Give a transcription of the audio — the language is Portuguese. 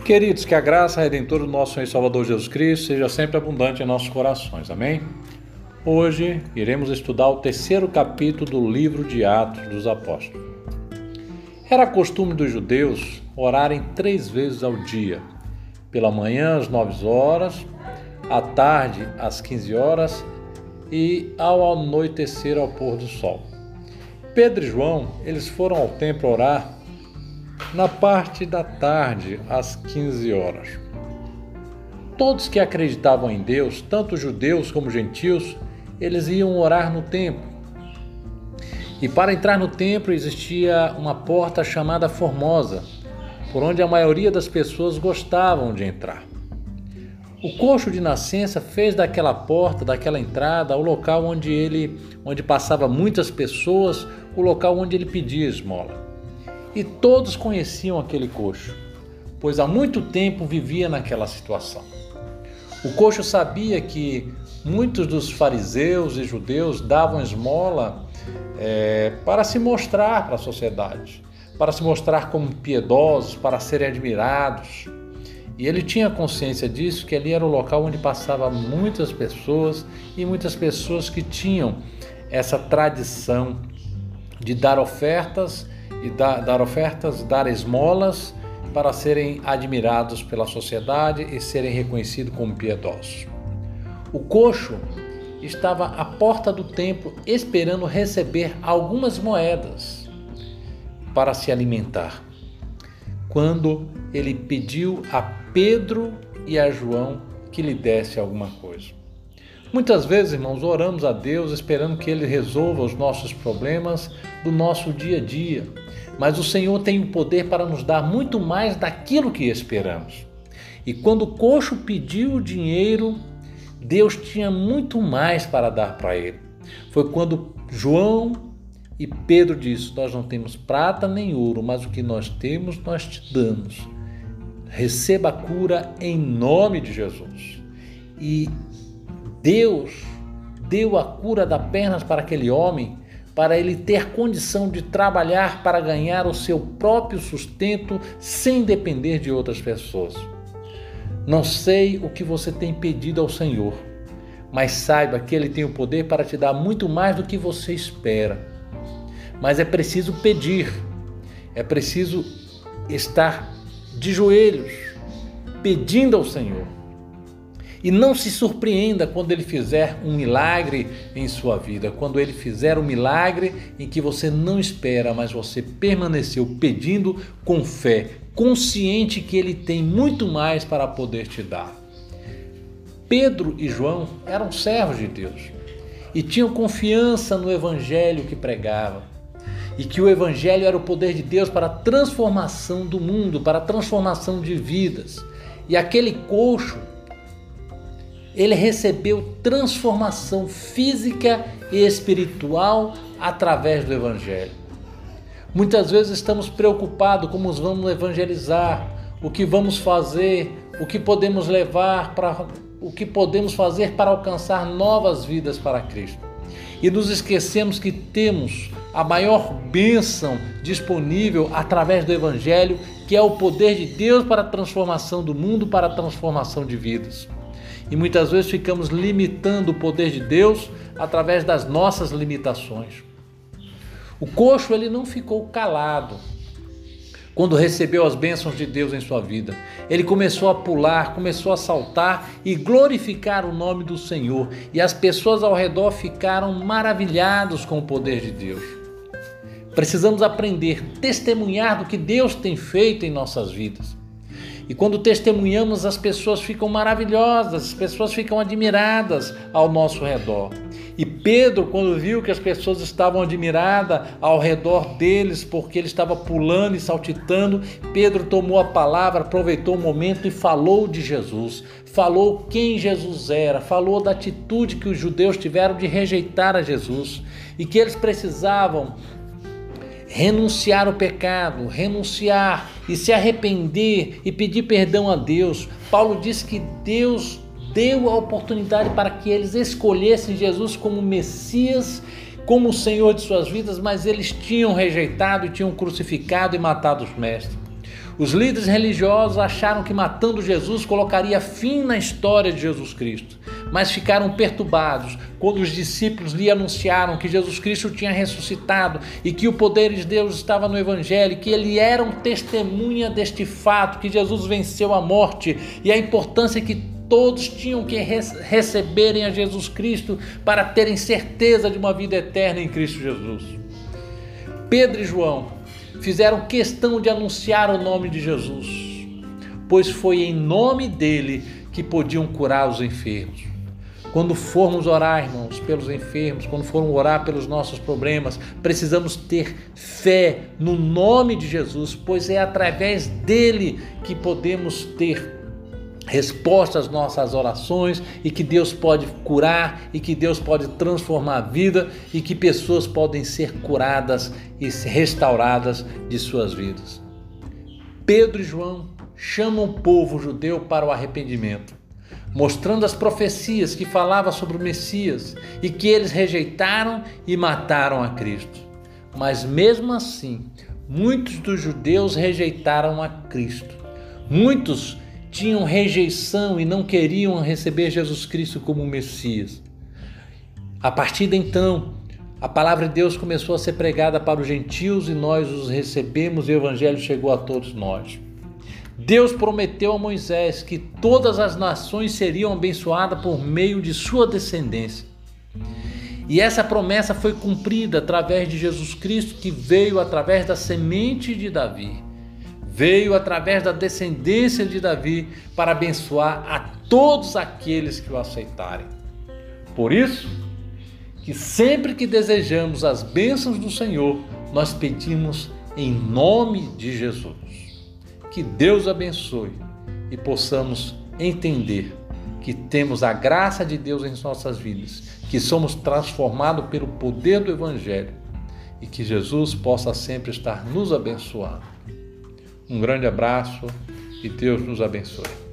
Queridos, que a graça redentora do nosso Senhor e Salvador Jesus Cristo seja sempre abundante em nossos corações, amém? Hoje iremos estudar o 3º capítulo do livro de Atos dos Apóstolos. Era costume dos judeus orarem 3 vezes ao dia, pela manhã às 9 horas, à tarde às 15 horas e ao anoitecer ao pôr do sol. Pedro e João, eles foram ao templo orar na parte da tarde, às 15 horas. Todos que acreditavam em Deus, tanto judeus como gentios, eles iam orar no templo. E para entrar no templo existia uma porta chamada Formosa, por onde a maioria das pessoas gostavam de entrar. O coxo de nascença fez daquela porta, daquela entrada, o local onde passava muitas pessoas, o local onde ele pedia esmola. E todos conheciam aquele coxo, pois há muito tempo vivia naquela situação. O coxo sabia que muitos dos fariseus e judeus davam esmola para se mostrar para a sociedade, para se mostrar como piedosos, para serem admirados. E ele tinha consciência disso, que ali era o local onde passavam muitas pessoas e muitas pessoas que tinham essa tradição de dar ofertas, dar esmolas para serem admirados pela sociedade e serem reconhecidos como piedosos. O coxo estava à porta do templo esperando receber algumas moedas para se alimentar, quando ele pediu a Pedro e a João que lhe desse alguma coisa. Muitas vezes, irmãos, oramos a Deus esperando que Ele resolva os nossos problemas do nosso dia a dia. Mas o Senhor tem o poder para nos dar muito mais daquilo que esperamos. E quando o coxo pediu o dinheiro, Deus tinha muito mais para dar para ele. Foi quando João e Pedro disseram: nós não temos prata nem ouro, mas o que nós temos nós te damos. Receba a cura em nome de Jesus. E Deus deu a cura das pernas para aquele homem, para ele ter condição de trabalhar para ganhar o seu próprio sustento sem depender de outras pessoas. Não sei o que você tem pedido ao Senhor, mas saiba que Ele tem o poder para te dar muito mais do que você espera. Mas é preciso pedir, é preciso estar de joelhos, pedindo ao Senhor. E não se surpreenda quando Ele fizer um milagre em sua vida, quando Ele fizer um milagre em que você não espera, mas você permaneceu pedindo com fé, consciente que Ele tem muito mais para poder te dar. Pedro e João eram servos de Deus e tinham confiança no Evangelho que pregavam, e que o Evangelho era o poder de Deus para a transformação do mundo, para a transformação de vidas. E aquele coxo, ele recebeu transformação física e espiritual através do Evangelho. Muitas vezes estamos preocupados como vamos evangelizar, o que vamos fazer, o que podemos fazer para alcançar novas vidas para Cristo. E nos esquecemos que temos a maior bênção disponível através do Evangelho, que é o poder de Deus para a transformação do mundo, para a transformação de vidas. E muitas vezes ficamos limitando o poder de Deus através das nossas limitações. O coxo, ele não ficou calado quando recebeu as bênçãos de Deus em sua vida. Ele começou a pular, começou a saltar e glorificar o nome do Senhor. E as pessoas ao redor ficaram maravilhados com o poder de Deus. Precisamos aprender, testemunhar do que Deus tem feito em nossas vidas. E quando testemunhamos, as pessoas ficam maravilhosas, as pessoas ficam admiradas ao nosso redor. E Pedro, quando viu que as pessoas estavam admiradas ao redor deles, porque ele estava pulando e saltitando, Pedro tomou a palavra, aproveitou o momento e falou de Jesus. Falou quem Jesus era, falou da atitude que os judeus tiveram de rejeitar a Jesus e que eles precisavam renunciar ao pecado, renunciar e se arrepender e pedir perdão a Deus. Paulo diz que Deus deu a oportunidade para que eles escolhessem Jesus como Messias, como o Senhor de suas vidas, mas eles tinham rejeitado e tinham crucificado e matado os mestres. Os líderes religiosos acharam que matando Jesus colocaria fim na história de Jesus Cristo, mas ficaram perturbados quando os discípulos lhe anunciaram que Jesus Cristo tinha ressuscitado e que o poder de Deus estava no Evangelho, que ele era um testemunha deste fato, que Jesus venceu a morte e a importância que todos tinham que receberem a Jesus Cristo para terem certeza de uma vida eterna em Cristo Jesus. Pedro e João fizeram questão de anunciar o nome de Jesus, pois foi em nome dele que podiam curar os enfermos. Quando formos orar, irmãos, pelos enfermos, quando formos orar pelos nossos problemas, precisamos ter fé no nome de Jesus, pois é através dele que podemos ter resposta às nossas orações e que Deus pode curar e que Deus pode transformar a vida e que pessoas podem ser curadas e restauradas de suas vidas. Pedro e João chamam o povo judeu para o arrependimento, mostrando as profecias que falavam sobre o Messias e que eles rejeitaram e mataram a Cristo. Mas mesmo assim, muitos dos judeus rejeitaram a Cristo. Muitos tinham rejeição e não queriam receber Jesus Cristo como Messias. A partir de então, a palavra de Deus começou a ser pregada para os gentios e nós os recebemos e o Evangelho chegou a todos nós. Deus prometeu a Moisés que todas as nações seriam abençoadas por meio de sua descendência. E essa promessa foi cumprida através de Jesus Cristo, que veio através da semente de Davi. Veio através da descendência de Davi para abençoar a todos aqueles que o aceitarem. Por isso, que sempre que desejamos as bênçãos do Senhor, nós pedimos em nome de Jesus. Que Deus abençoe e possamos entender que temos a graça de Deus em nossas vidas, que somos transformados pelo poder do Evangelho e que Jesus possa sempre estar nos abençoando. Um grande abraço e Deus nos abençoe.